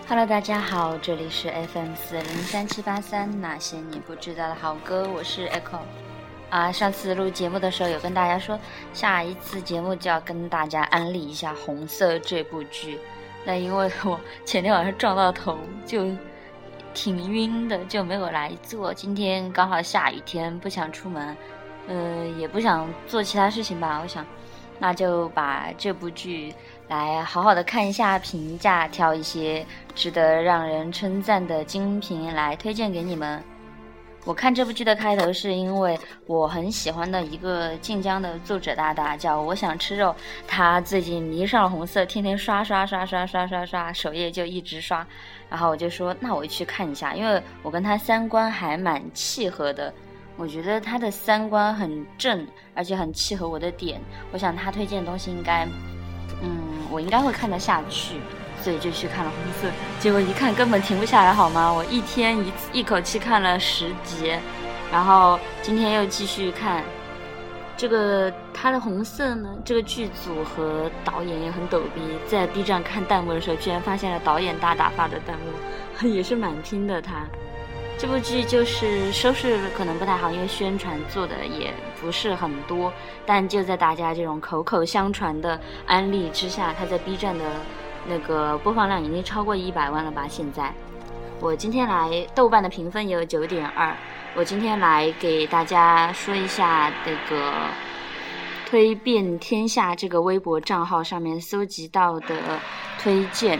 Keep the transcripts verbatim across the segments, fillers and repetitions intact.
Hello， 大家好，这里是 F M 四零三七八三那些你不知道的好歌，我是 Echo。啊，上次录节目的时候有跟大家说，下一次节目就要跟大家安利一下《红色》这部剧。那因为我前天晚上撞到头，就挺晕的，就没有来做。今天刚好下雨天，不想出门，呃，也不想做其他事情吧。我想，那就把这部剧来好好的看一下，评价，挑一些值得让人称赞的精品来推荐给你们。我看这部剧的开头是因为我很喜欢的一个晋江的作者大大叫我想吃肉，他最近迷上了红色，天天刷刷刷刷刷刷刷，首页就一直刷，然后我就说那我去看一下，因为我跟他三观还蛮契合的，我觉得他的三观很正，而且很契合我的点，我想他推荐的东西应该嗯，我应该会看得下去，所以就去看了红色，结果一看根本停不下来好吗？我一天一一口气看了十集，然后今天又继续看这个他的红色呢，这个剧组和导演也很逗逼，在 B 站看弹幕的时候居然发现了导演大打发的弹幕，也是蛮拼的他。这部剧就是收视可能不太好，因为宣传做的也不是很多，但就在大家这种口口相传的安利之下，它在 B 站的那个播放量已经超过一百万了吧现在。我今天来豆瓣的评分也有 九点二， 我今天来给大家说一下这个推遍天下这个微博账号上面搜集到的推荐。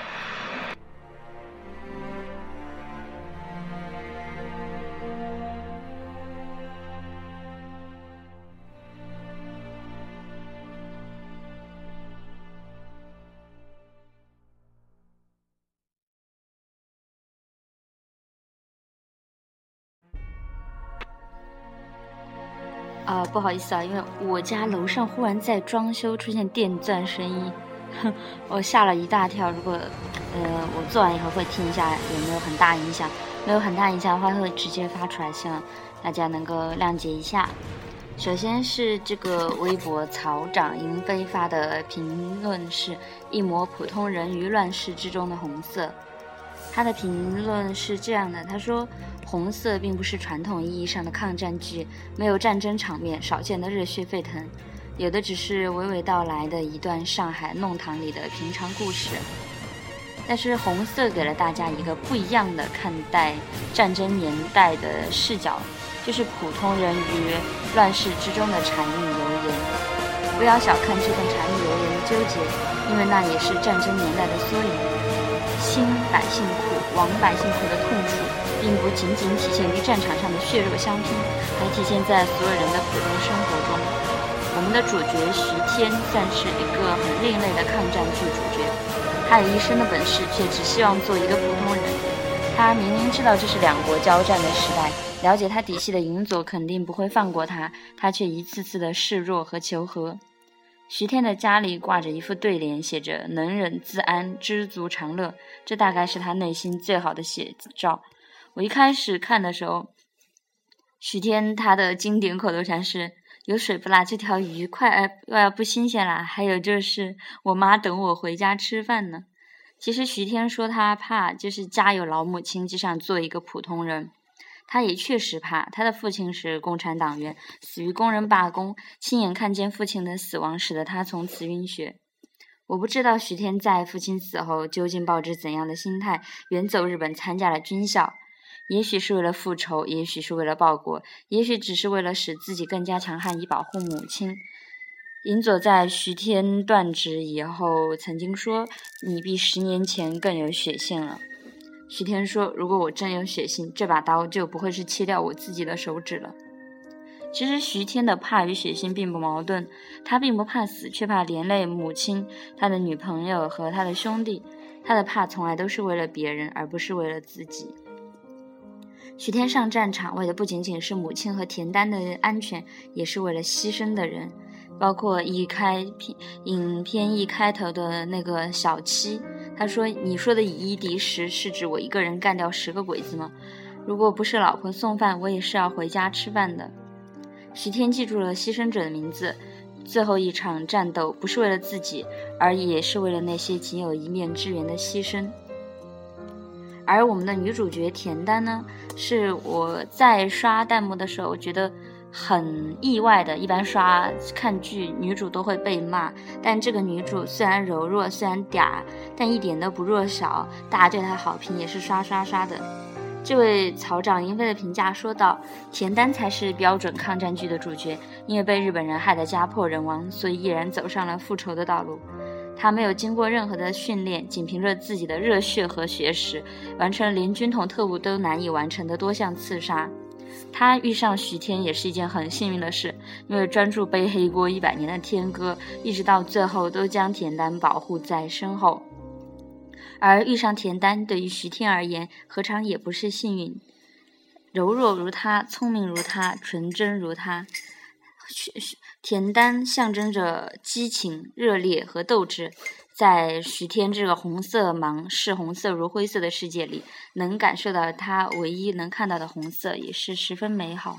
啊、呃，不好意思啊，因为我家楼上忽然在装修，出现电钻声音，哼，我吓了一大跳。如果呃我做完以后会听一下有没有很大影响，没有很大影响的话会直接发出来，希望大家能够谅解一下。首先是这个微博草长银飞发的评论是一抹普通人于乱世之中的红色。他的评论是这样的，他说红色并不是传统意义上的抗战剧，没有战争场面，少见的热血沸腾，有的只是娓娓道来的一段上海弄堂里的平常故事。但是红色给了大家一个不一样的看待战争年代的视角，就是普通人于乱世之中的柴米油盐。不要小看这份柴米油盐的纠结，因为那也是战争年代的缩影。兴百姓苦，亡百姓苦的痛楚，并不仅仅体现于战场上的血肉相拼，还体现在所有人的普通生活中。我们的主角徐天算是一个很另类的抗战剧主角，他有一身的本事，却只希望做一个普通人。他明明知道这是两国交战的时代，了解他底细的营佐肯定不会放过他，他却一次次的示弱和求和。徐天的家里挂着一副对联，写着能忍自安，知足常乐，这大概是他内心最好的写照。我一开始看的时候，徐天他的经典口头禅是有水不辣，这条鱼快要不新鲜啦，还有就是我妈等我回家吃饭呢。其实徐天说他怕就是家有老母亲，就想做一个普通人。他也确实怕，他的父亲是共产党员，死于工人罢工，亲眼看见父亲的死亡，使得他从此晕血。我不知道徐天在父亲死后究竟抱着怎样的心态远走日本参加了军校，也许是为了复仇，也许是为了报国，也许只是为了使自己更加强悍以保护母亲。银佐在徐天断指以后曾经说，你比十年前更有血性了。徐天说，如果我真有血性，这把刀就不会是切掉我自己的手指了。其实徐天的怕与血性并不矛盾，他并不怕死，却怕连累母亲、他的女朋友和他的兄弟。他的怕从来都是为了别人，而不是为了自己。徐天上战场为的不仅仅是母亲和田丹的安全，也是为了牺牲的人，包括一开影片一开头的那个小七。他说，你说的以一敌十是指我一个人干掉十个鬼子吗？如果不是老婆送饭，我也是要回家吃饭的。徐天记住了牺牲者的名字，最后一场战斗不是为了自己，而也是为了那些仅有一面之缘的牺牲。 而我们的女主角田丹呢，是我在刷弹幕的时候我觉得很意外的。一般刷看剧女主都会被骂，但这个女主虽然柔弱虽然嗲，但一点都不弱小，大家对她好评也是刷刷刷的。这位草长英飞的评价说道，田丹才是标准抗战剧的主角，因为被日本人害得家破人亡，所以毅然走上了复仇的道路。他没有经过任何的训练，仅凭着自己的热血和学识，完成了连军统特务都难以完成的多项刺杀。他遇上徐天也是一件很幸运的事，因为专注背黑锅一百年的天哥，一直到最后都将田丹保护在身后。而遇上田丹，对于徐天而言，何尝也不是幸运？柔弱如他，聪明如他，纯真如他。田丹象征着激情、热烈和斗志，在徐天这个红色茫是红色如灰色的世界里，能感受到他唯一能看到的红色，也是十分美好。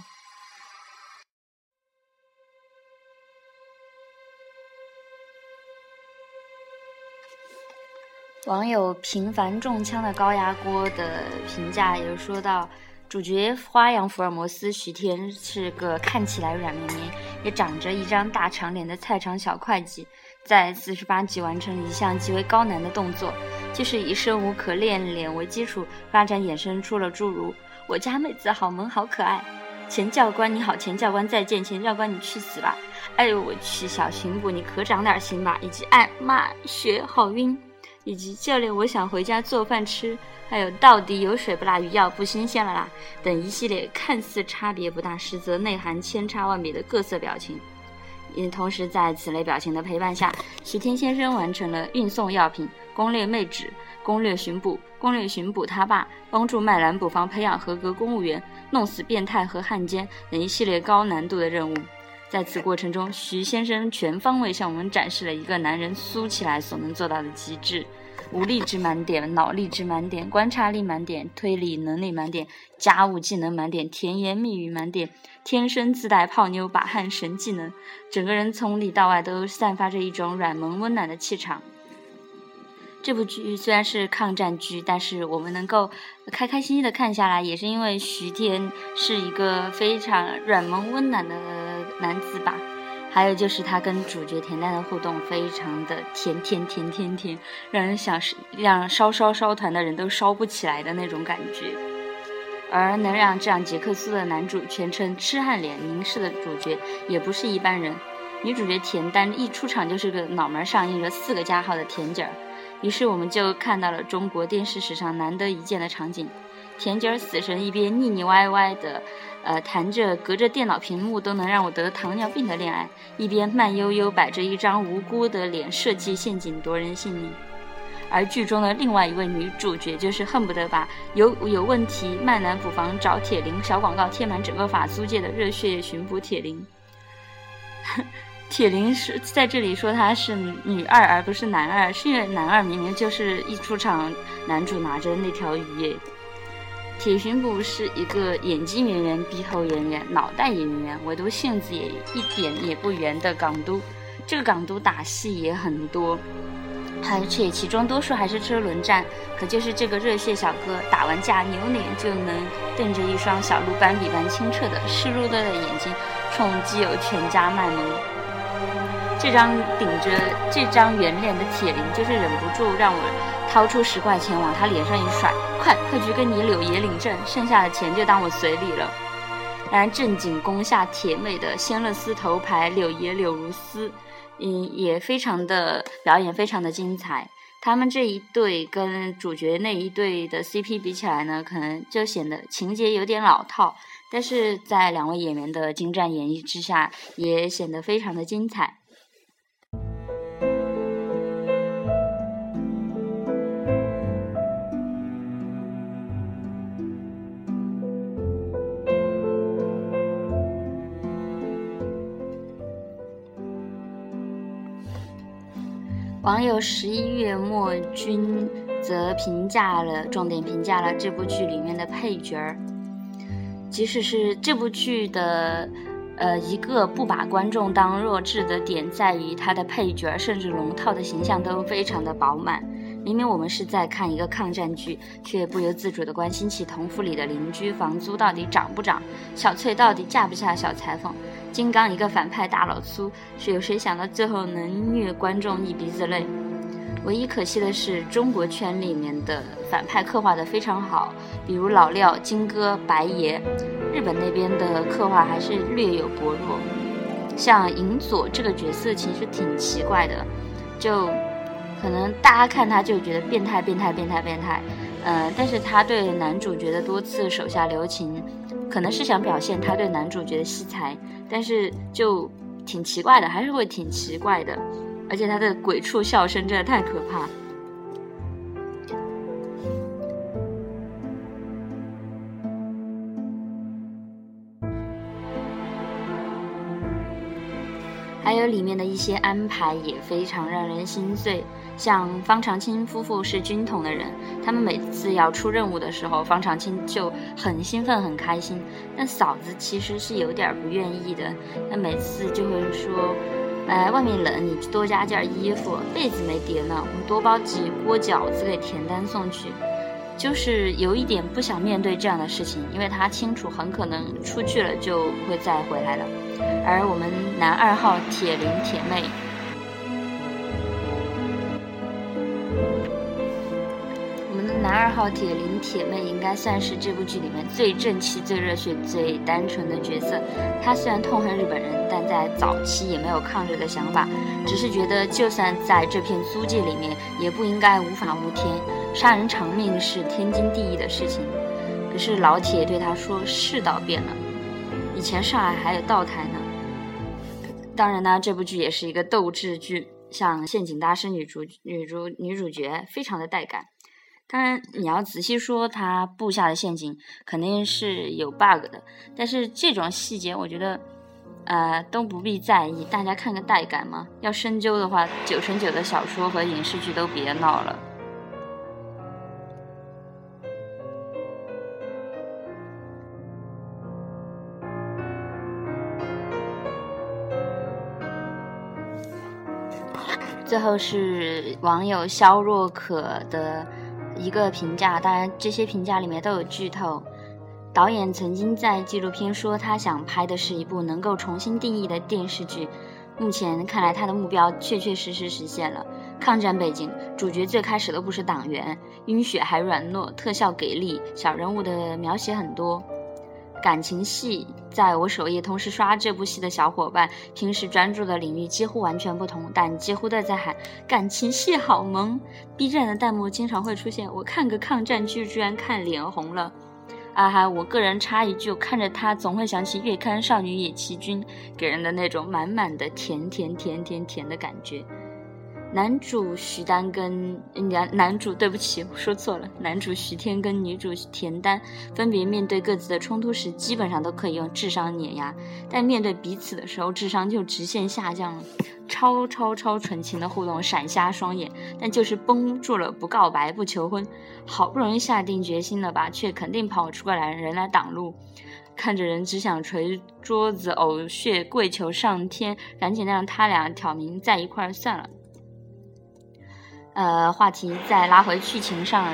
网友平凡中枪的高压锅的评价也说到，主角花样福尔摩斯徐天是个看起来软绵绵也长着一张大长脸的菜场小会计，在四十八集完成了一项极为高难的动作，就是以生无可恋脸为基础发展衍生出了诸如我家妹子好萌好可爱，钱教官你好，钱教官再见，钱教官你去死吧，哎呦我去，小巡捕你可长点心吧，以及哎妈血好晕，以及教练我想回家做饭吃，还有到底有水不辣鱼药不新鲜了啦等一系列看似差别不大，实则内涵千差万别的各色表情。也同时在此类表情的陪伴下，徐天先生完成了运送药品、攻略妹纸、攻略巡捕、攻略巡捕他爸、帮助麦兰捕房培养合格公务员、弄死变态和汉奸等一系列高难度的任务。在此过程中，徐先生全方位向我们展示了一个男人苏起来所能做到的极致：无力值满点，脑力值满点，观察力满点，推理能力满点，家务技能满点，甜言蜜语满点，天生自带泡妞把汉神技能，整个人从里到外都散发着一种软萌温暖的气场。这部剧虽然是抗战剧，但是我们能够开开心心的看下来，也是因为徐天是一个非常软萌温暖的男子吧。还有就是他跟主角田丹的互动非常的甜甜甜甜甜，让人想让烧烧烧团的人都烧不起来的那种感觉。而能让这样杰克苏的男主全程痴汉脸凝视的主角也不是一般人。女主角田丹一出场就是个脑门上印着四个加号的甜姐儿，于是我们就看到了中国电视史上难得一见的场景：甜姐儿死神一边腻腻歪歪的呃，谈着隔着电脑屏幕都能让我得糖尿病的恋爱，一边慢悠悠摆着一张无辜的脸设计陷阱夺人性命。而剧中的另外一位女主角就是恨不得把有有问题麦兰捕房找铁林小广告贴满整个法租界的热血巡捕铁林。铁林是在这里说他是女二而不是男二，是因为男二明明就是一出场男主拿着那条鱼耶。铁巡捕是一个眼睛圆圆、鼻头圆圆、脑袋也圆圆，唯独性子也一点也不圆的港督。这个港督打戏也很多，而且其中多数还是车轮战，可就是这个热血小哥打完架扭脸就能瞪着一双小鹿斑比般清澈的湿漉漉的眼睛冲基友全家卖萌。这张顶着这张圆脸的铁林就是忍不住让我掏出十块钱往他脸上一甩，快快去跟你柳爷领证，剩下的钱就当我随礼了。然而正经攻下铁妹的仙乐丝头牌柳爷柳如丝，嗯，也非常的表演非常的精彩。他们这一对跟主角那一对的 C P 比起来呢，可能就显得情节有点老套，但是在两位演员的精湛演绎之下，也显得非常的精彩。网友十一月末君则评价了，重点评价了这部剧里面的配角儿。即使是这部剧的呃一个不把观众当弱智的点，在于他的配角甚至龙套的形象都非常的饱满。 明明我们是在看一个抗战剧，却不由自主地关心起同府里的邻居房租到底涨不涨，小翠到底嫁不嫁小裁缝，金刚一个反派大老粗，是有谁想到最后能虐观众一鼻子泪？唯一可惜的是，中国圈里面的反派刻画得非常好，比如老廖、金哥、白爷。日本那边的刻画还是略有薄弱。像银佐这个角色其实挺奇怪的，就可能大家看他就觉得变态变态变态变态，呃，但是他对男主角的多次手下留情，可能是想表现他对男主角的惜才，但是就挺奇怪的，还是会挺奇怪的，而且他的鬼畜笑声真的太可怕。还有里面的一些安排也非常让人心碎，像方长青夫妇是军统的人，他们每次要出任务的时候，方长青就很兴奋很开心，但嫂子其实是有点不愿意的，那每次就会说，哎，外面冷，你多加件衣服，被子没叠呢，我们多包几锅饺子给田丹送去。就是有一点不想面对这样的事情，因为他清楚很可能出去了就会再回来了。而我们男二号铁林铁妹，我们的男二号铁林铁妹应该算是这部剧里面最正气、最热血、最单纯的角色。她虽然痛恨日本人，但在早期也没有抗日的想法，只是觉得就算在这片租界里面，也不应该无法无天。杀人偿命是天经地义的事情，可是老铁对他说，世道变了，以前上海还有道台呢。当然呢，这部剧也是一个斗智剧，像陷阱大师女主女主女主角非常的带感。当然你要仔细说他布下的陷阱肯定是有 bug 的，但是这种细节我觉得呃都不必在意，大家看个带感嘛。要深究的话，九成九的小说和影视剧都别闹了。最后是网友肖若可的一个评价，当然这些评价里面都有剧透。导演曾经在纪录片说，他想拍的是一部能够重新定义的电视剧，目前看来他的目标确确实实实现了。抗战背景，主角最开始都不是党员，晕血还软糯，特效给力，小人物的描写很多。感情戏，在我首页同时刷这部戏的小伙伴，平时专注的领域几乎完全不同，但几乎都在喊感情戏好萌。 B 站的弹幕经常会出现，我看个抗战剧居然看脸红了。啊哈，我个人插一句，看着他总会想起月刊少女野崎君，给人的那种满满的甜甜甜甜甜的感觉。男主徐丹跟男男主对不起我说错了，男主徐天跟女主田丹分别面对各自的冲突时，基本上都可以用智商碾压，但面对彼此的时候，智商就直线下降了。超超超纯情的互动，闪瞎双眼，但就是绷住了不告白不求婚，好不容易下定决心了吧，却肯定跑出个来人来挡路。看着人只想捶桌子呕血跪求上天，赶紧让他俩挑明在一块儿算了。呃，话题再拉回剧情上，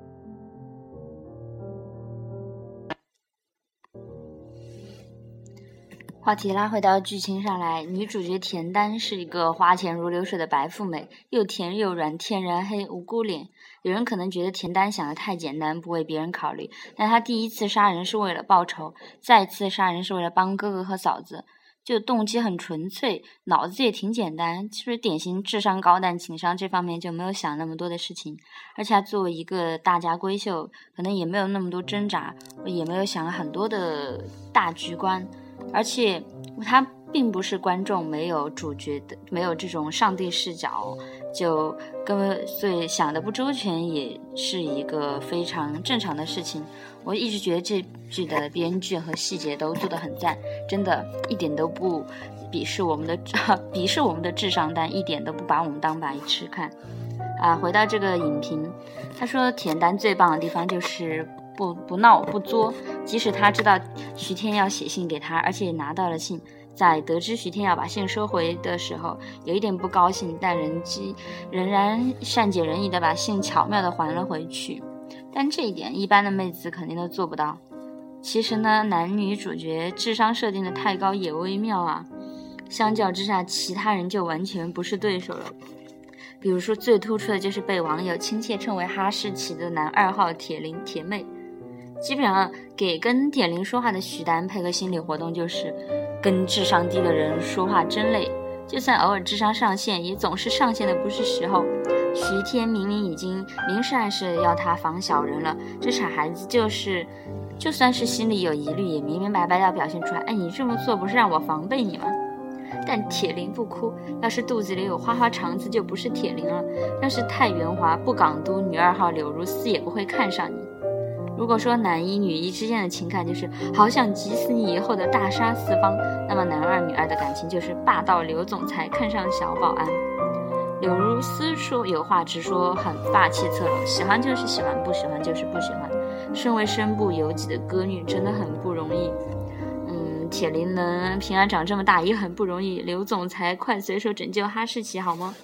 话题拉回到剧情上来，女主角田丹是一个花钱如流水的白富美，又甜又软，天然黑，无辜脸。有人可能觉得田丹想得太简单，不为别人考虑，但她第一次杀人是为了报仇，再次杀人是为了帮哥哥和嫂子，就动机很纯粹，脑子也挺简单，就是典型智商高但情商这方面就没有想那么多的事情。而且他作为一个大家闺秀，可能也没有那么多挣扎，也没有想很多的大局观，而且他并不是观众没有主角的，没有这种上帝视角，就跟所以想的不周全也是一个非常正常的事情。我一直觉得这剧的编剧和细节都做得很赞，真的一点都不鄙视我们的鄙视我们的智商，但一点都不把我们当白痴看。啊，回到这个影评，他说田丹最棒的地方就是不不闹不作，即使他知道徐天要写信给他，而且拿到了信， 在得知徐天要把信收回的时候，有一点不高兴，但人机仍然善解人意地把信巧妙地还了回去。但这一点一般的妹子肯定都做不到。其实呢，男女主角智商设定的太高也微妙啊，相较之下其他人就完全不是对手了。比如说最突出的就是被网友亲切称为哈士奇的男二号铁林铁妹，基本上给跟铁林说话的徐丹配合心理活动，就是跟智商低的人说话真累，就算偶尔智商上线，也总是上线的不是时候。徐天明明已经明示暗示要他防小人了，这傻孩子就是就算是心里有疑虑，也明明白白要表现出来，哎，你这么做不是让我防备你吗？但铁林不哭，要是肚子里有花花肠子就不是铁林了。要是太圆滑，不港都女二号柳如丝也不会看上你。如果说男一女一之间的情感就是好想急死你以后的大杀四方，那么男二女二的感情就是霸道刘总裁看上小保安。柳如丝说有话直说，很霸气侧漏，喜欢就是喜欢，不喜欢就是不喜欢。身为身不由己的歌女真的很不容易。嗯，铁林能平安长这么大也很不容易，刘总裁快随手拯救哈士奇好吗？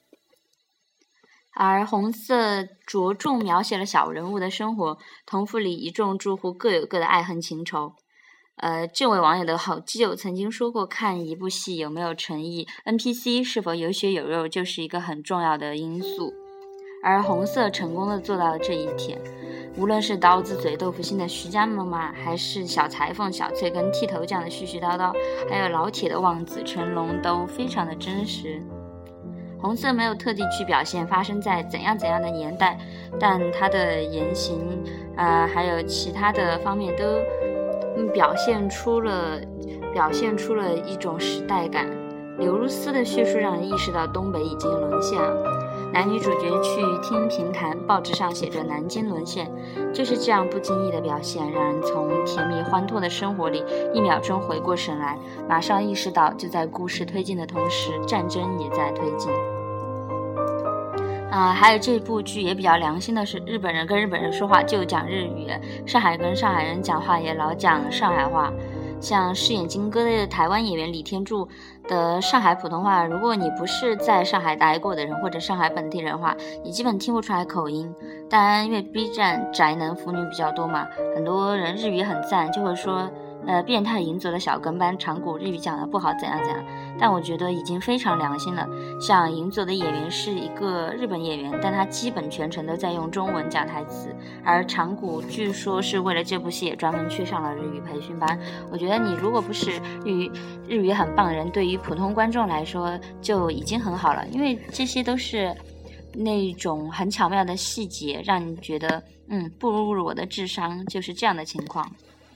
而红色着重描写了小人物的生活，同府里一众住户各有各的爱恨情仇。呃，这位网友的好基友曾经说过，看一部戏有没有诚意 ，N P C 是否有血有肉就是一个很重要的因素。而红色成功的做到了这一点，无论是刀子嘴豆腐心的徐家妈妈，还是小裁缝小翠跟剃头匠的絮絮叨叨，还有老铁的望子成龙，都非常的真实。红色没有特地去表现发生在怎样怎样的年代，但他的言行呃，还有其他的方面都、嗯、表现出了表现出了一种时代感。刘如丝的叙述让人意识到东北已经沦陷了，男女主角去听评弹，报纸上写着南京沦陷，就是这样不经意的表现，让人从甜蜜欢脱的生活里一秒钟回过神来，马上意识到就在故事推进的同时，战争也在推进。啊、呃，还有这部剧也比较良心的是，日本人跟日本人说话就讲日语，上海跟上海人讲话也老讲上海话。像饰演金哥的台湾演员李天柱的上海普通话，如果你不是在上海待过的人或者上海本地人的话，你基本听不出来口音。当然因为 B 站宅男腐女比较多嘛，很多人日语很赞，就会说呃，变态银佐的小跟班长谷日语讲的不好怎样怎样，但我觉得已经非常良心了。像银佐的演员是一个日本演员，但他基本全程都在用中文讲台词，而长谷据说是为了这部戏也专门去上了日语培训班。我觉得你如果不是日语日语很棒的人，对于普通观众来说就已经很好了，因为这些都是那种很巧妙的细节，让你觉得嗯，不如我的智商，就是这样的情况。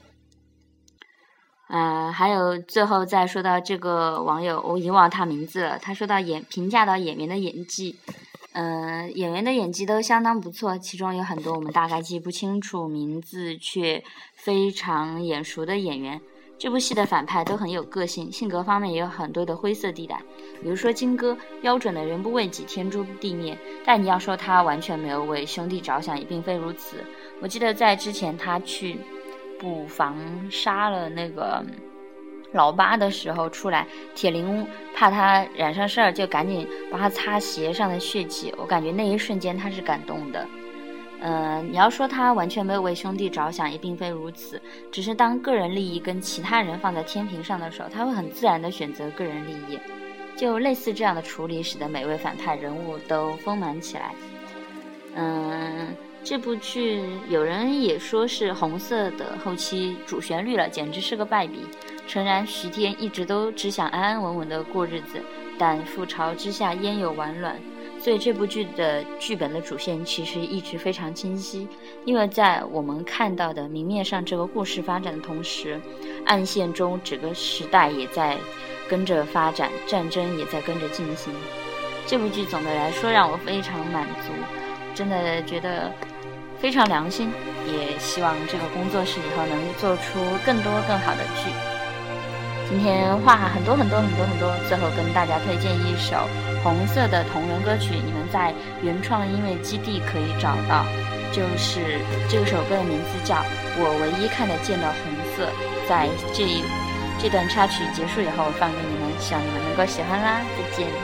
呃，还有最后再说到这个网友，我已经忘了他名字了。他说到演评价到演员的演技，呃，演员的演技都相当不错，其中有很多我们大概记不清楚名字却非常眼熟的演员。这部戏的反派都很有个性，性格方面也有很多的灰色地带。比如说金哥，标准的人不为己，天诛地灭，但你要说他完全没有为兄弟着想，也并非如此。我记得在之前他去补防杀了那个老八的时候出来，铁林怕他染上事儿，就赶紧帮他擦鞋上的血迹。我感觉那一瞬间他是感动的。呃，你要说他完全没有为兄弟着想，也并非如此，只是当个人利益跟其他人放在天平上的时候，他会很自然地选择个人利益。就类似这样的处理，使得每位反派人物都丰满起来。嗯。这部剧有人也说是红色的后期主旋律了，简直是个败笔。诚然徐天一直都只想安安稳稳的过日子，但覆巢之下焉有完卵，所以这部剧的剧本的主线其实一直非常清晰。因为在我们看到的明面上这个故事发展的同时，暗线中整个时代也在跟着发展，战争也在跟着进行。这部剧总的来说让我非常满足，真的觉得非常良心，也希望这个工作室以后能做出更多更好的剧。今天话很多很多很多很多，最后跟大家推荐一首红色的同人歌曲，你们在原创音乐基地可以找到，就是这首歌的名字叫《我唯一看得见的红色》。在这这段插曲结束以后放给你们，希望你们能够喜欢啦，再见。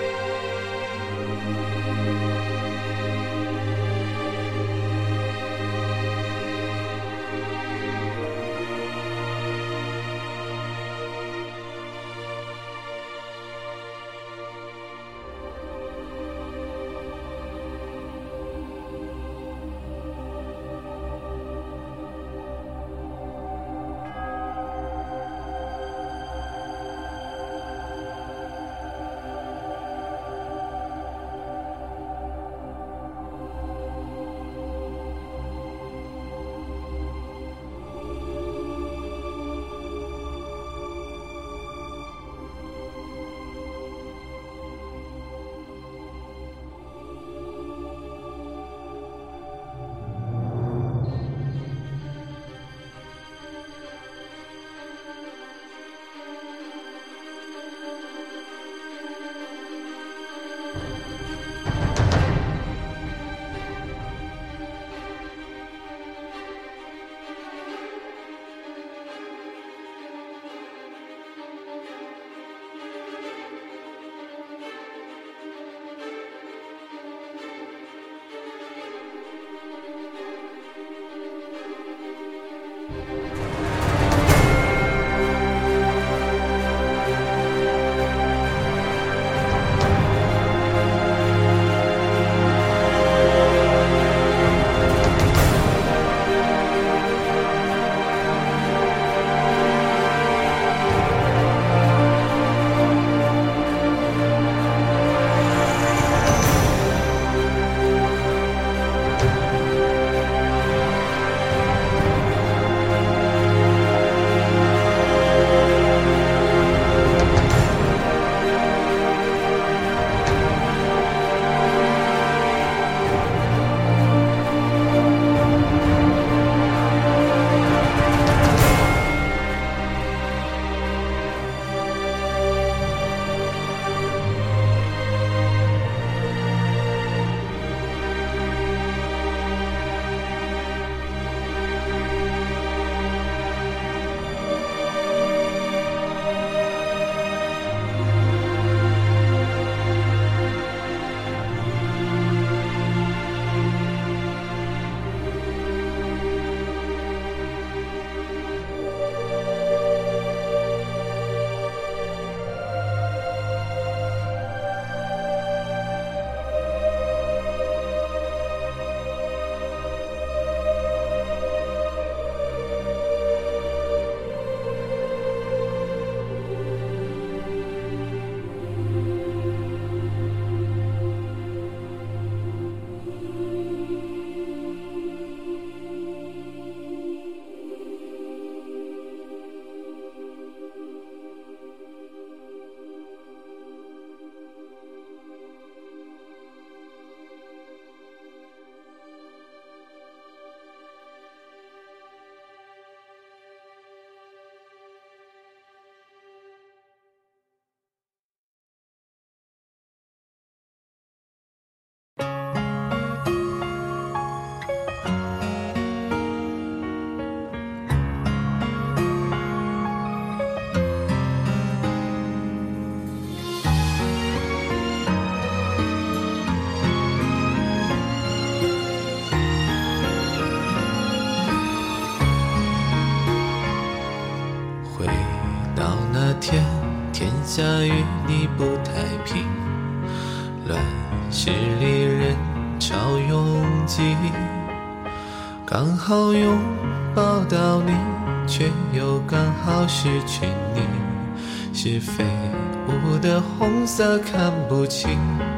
天，天下与你不太平，乱世里人潮拥挤，刚好拥抱到你，却又刚好失去你，是非误的红色看不清，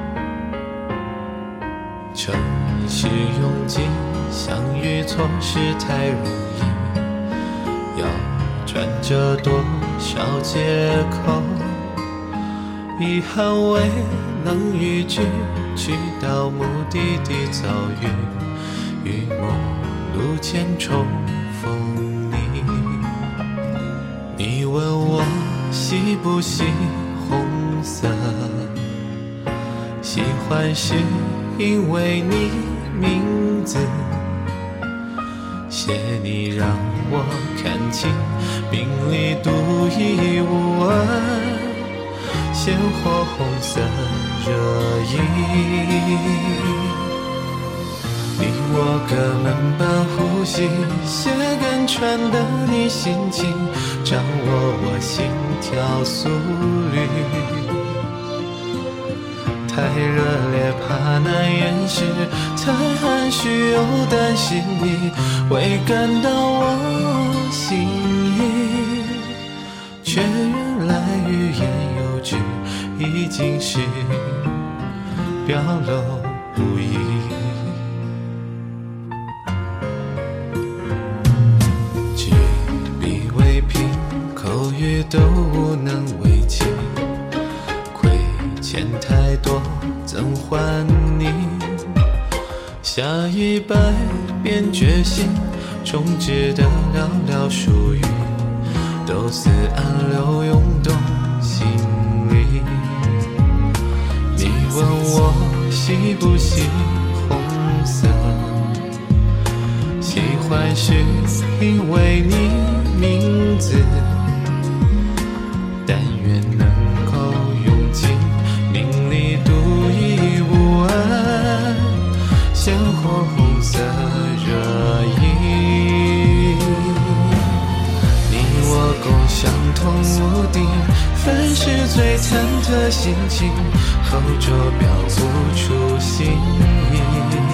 城市拥挤，相遇错失太容易，要转折多少借口，遗憾未能逾矩，去到目的地遭遇，于陌路间重逢你。你问我喜不喜红色，喜欢是因为你名字，谢你让我看清，冰里独一无二，鲜活红色热映。你我隔门般呼吸，鞋跟穿的你心情，掌握我心跳速率。太热烈怕难掩饰，太含蓄又担心你会感到我心意，却原来欲言又止，已经是表露无遗。纸笔未平，口语都无能为继，欠太多怎还你？下一百遍决心，终止的寥寥数语，都似暗流涌动心里。你问我喜不喜红色，喜欢是因为你名字，但愿能够用尽明里独一无二，鲜活红色热映。你我共相同目的，分是最忐忑心情，后着表不出心意。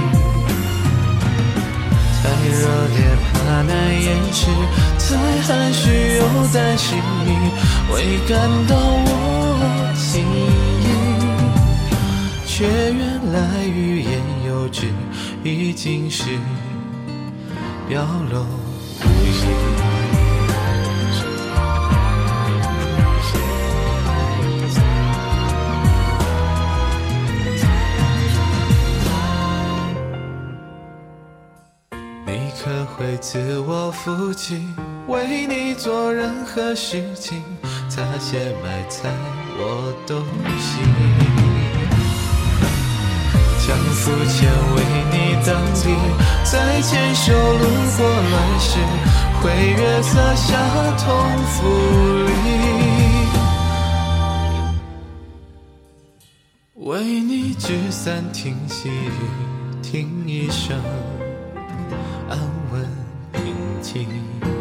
太热烈怕难掩饰，太含蓄又担心你会感到我心意，却原来欲言又止，已经是表露无遗。你可会自我负气，为你做任何事情，擦鞋买菜我都行，将肤浅为你当地，在牵手路过乱世，会月色下同福利，为你纸伞听细雨，听一声安稳平静。